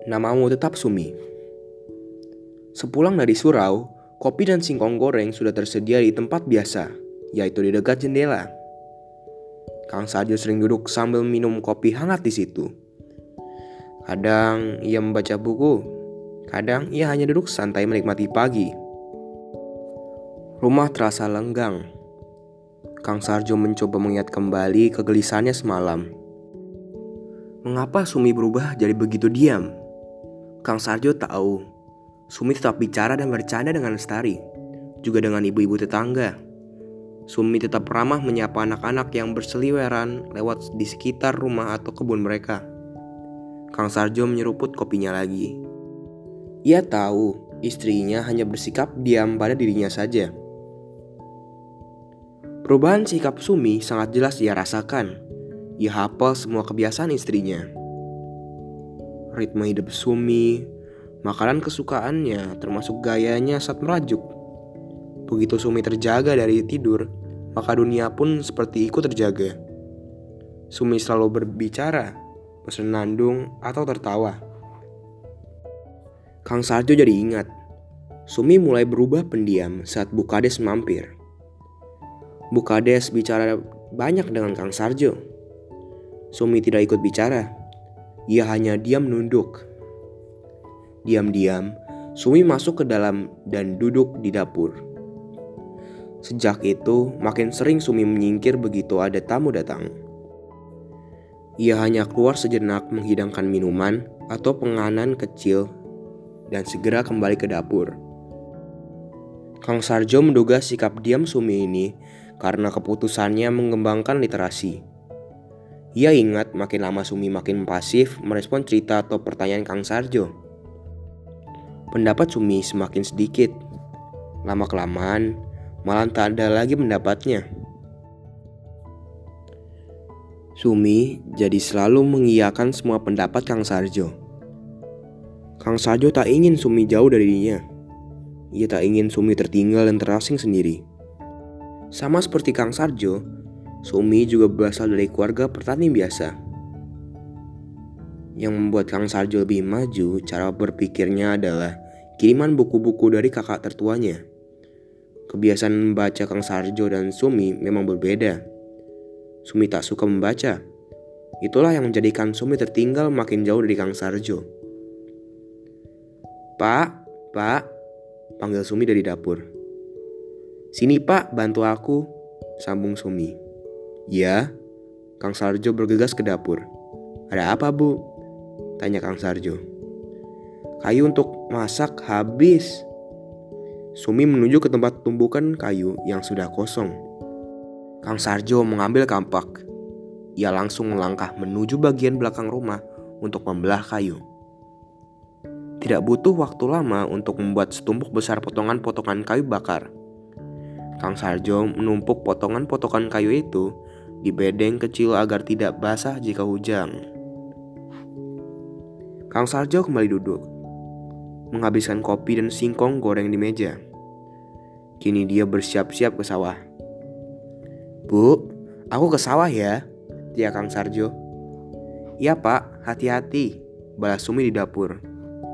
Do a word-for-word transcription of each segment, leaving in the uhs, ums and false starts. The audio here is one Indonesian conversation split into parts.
Namamu tetap Sumi. Sepulang dari surau, kopi dan singkong goreng sudah tersedia di tempat biasa, yaitu di dekat jendela. Kang Sarjo sering duduk sambil minum kopi hangat di situ. Kadang ia membaca buku, kadang ia hanya duduk santai menikmati pagi. Rumah terasa lenggang. Kang Sarjo mencoba mengingat kembali kegelisahannya semalam. Mengapa Sumi berubah jadi begitu diam? Kang Sarjo tahu, Sumi tetap bicara dan bercanda dengan Lestari, juga dengan ibu-ibu tetangga. Sumi tetap ramah menyapa anak-anak yang berseliweran lewat di sekitar rumah atau kebun mereka. Kang Sarjo menyeruput kopinya lagi. Ia tahu istrinya hanya bersikap diam pada dirinya saja. Perubahan sikap Sumi sangat jelas ia rasakan. Ia hafal semua kebiasaan istrinya. Ritme hidup Sumi, makanan kesukaannya, termasuk gayanya saat merajuk. Begitu Sumi terjaga dari tidur, maka dunia pun seperti ikut terjaga. Sumi selalu berbicara, bersenandung, atau tertawa. Kang Sarjo jadi ingat, Sumi mulai berubah pendiam saat Bu Kades mampir. Bu Kades bicara banyak dengan Kang Sarjo. Sumi tidak ikut bicara. Ia hanya diam nunduk. Diam-diam, Sumi masuk ke dalam dan duduk di dapur. Sejak itu, makin sering Sumi menyingkir begitu ada tamu datang. Ia hanya keluar sejenak menghidangkan minuman atau penganan kecil dan segera kembali ke dapur. Kang Sarjo menduga sikap diam Sumi ini karena keputusannya mengembangkan literasi. Ia ingat makin lama Sumi makin pasif merespon cerita atau pertanyaan Kang Sarjo. Pendapat Sumi semakin sedikit. Lama-kelamaan, malah tak ada lagi pendapatnya. Sumi jadi selalu mengiyakan semua pendapat Kang Sarjo. Kang Sarjo tak ingin Sumi jauh dari dirinya. Ia tak ingin Sumi tertinggal dan terasing sendiri. Sama seperti Kang Sarjo, Sumi juga berasal dari keluarga petani biasa. Yang membuat Kang Sarjo lebih maju, cara berpikirnya adalah kiriman buku-buku dari kakak tertuanya. Kebiasaan membaca Kang Sarjo dan Sumi memang berbeda. Sumi tak suka membaca. Itulah yang menjadikan Sumi tertinggal makin jauh dari Kang Sarjo. "Pak, Pak," panggil Sumi dari dapur. "Sini Pak, bantu aku," sambung Sumi. "Ya," Kang Sarjo bergegas ke dapur. "Ada apa, Bu?" tanya Kang Sarjo. "Kayu untuk masak habis." Sumi menuju ke tempat tumpukan kayu yang sudah kosong. Kang Sarjo mengambil kampak. Ia langsung melangkah menuju bagian belakang rumah untuk membelah kayu. Tidak butuh waktu lama untuk membuat setumpuk besar potongan-potongan kayu bakar. Kang Sarjo menumpuk potongan-potongan kayu itu di bedeng kecil agar tidak basah jika hujan. Kang Sarjo kembali duduk, menghabiskan kopi dan singkong goreng di meja. Kini dia bersiap-siap ke sawah. "Bu, aku ke sawah ya," teriak Kang Sarjo. "Iya Pak, hati-hati," balas Sumi di dapur.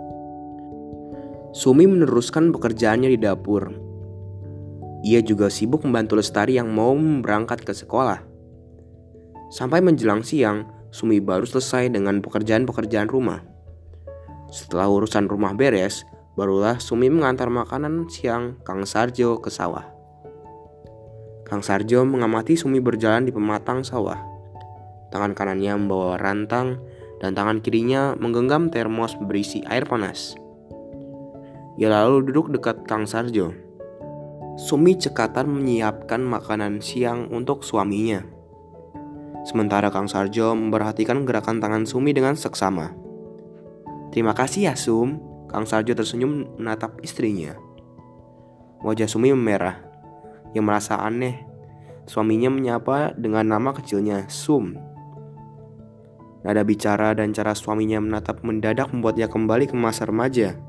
Sumi meneruskan pekerjaannya di dapur. Ia juga sibuk membantu Lestari yang mau berangkat ke sekolah. Sampai menjelang siang, Sumi baru selesai dengan pekerjaan-pekerjaan rumah. Setelah urusan rumah beres, barulah Sumi mengantar makanan siang Kang Sarjo ke sawah. Kang Sarjo mengamati Sumi berjalan di pematang sawah. Tangan kanannya membawa rantang dan tangan kirinya menggenggam termos berisi air panas. Ia lalu duduk dekat Kang Sarjo. Sumi cekatan menyiapkan makanan siang untuk suaminya. Sementara Kang Sarjo memperhatikan gerakan tangan Sumi dengan seksama. "Terima kasih ya Sum," Kang Sarjo tersenyum menatap istrinya. Wajah Sumi memerah. Ia merasa aneh. Suaminya menyapa dengan nama kecilnya, Sum. Nada bicara dan cara suaminya menatap mendadak membuatnya kembali ke masa remaja.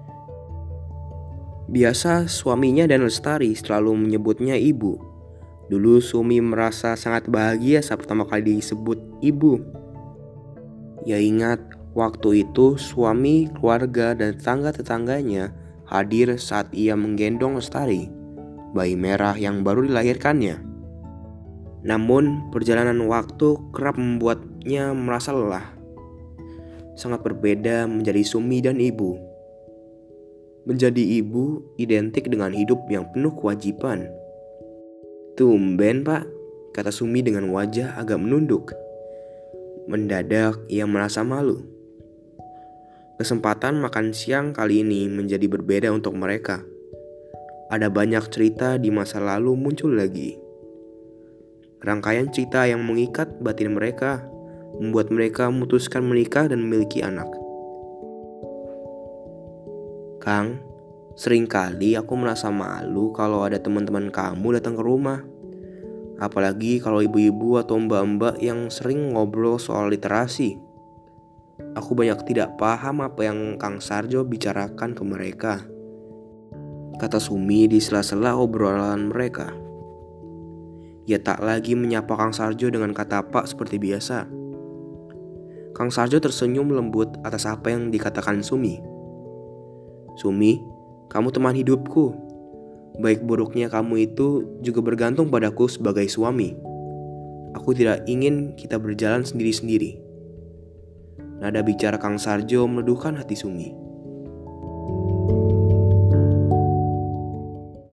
Biasa suaminya dan Lestari selalu menyebutnya ibu. Dulu Sumi merasa sangat bahagia saat pertama kali disebut ibu. Ia ingat Waktu itu suami, keluarga, dan tetangga-tetangganya hadir saat ia menggendong Lestari, bayi merah yang baru dilahirkannya. Namun perjalanan waktu kerap membuatnya merasa lelah. Sangat berbeda menjadi Sumi dan ibu. Menjadi ibu identik dengan hidup yang penuh kewajiban. "Tumben pak," kata Sumi dengan wajah agak menunduk. Mendadak ia merasa malu. Kesempatan makan siang kali ini menjadi berbeda untuk mereka. Ada banyak cerita di masa lalu muncul lagi. Rangkaian cerita yang mengikat batin mereka, membuat mereka memutuskan menikah dan memiliki anak. "Kang, seringkali aku merasa malu kalau ada teman-teman kamu datang ke rumah. Apalagi kalau ibu-ibu atau mbak-mbak yang sering ngobrol soal literasi. Aku banyak tidak paham apa yang Kang Sarjo bicarakan ke mereka," kata Sumi di sela-sela obrolan mereka. Ia tak lagi menyapa Kang Sarjo dengan kata pak seperti biasa. Kang Sarjo tersenyum lembut atas apa yang dikatakan Sumi. "Sumi, kamu teman hidupku. Baik buruknya kamu itu juga bergantung padaku sebagai suami. Aku tidak ingin kita berjalan sendiri-sendiri." Nada bicara Kang Sarjo meneduhkan hati Sumi.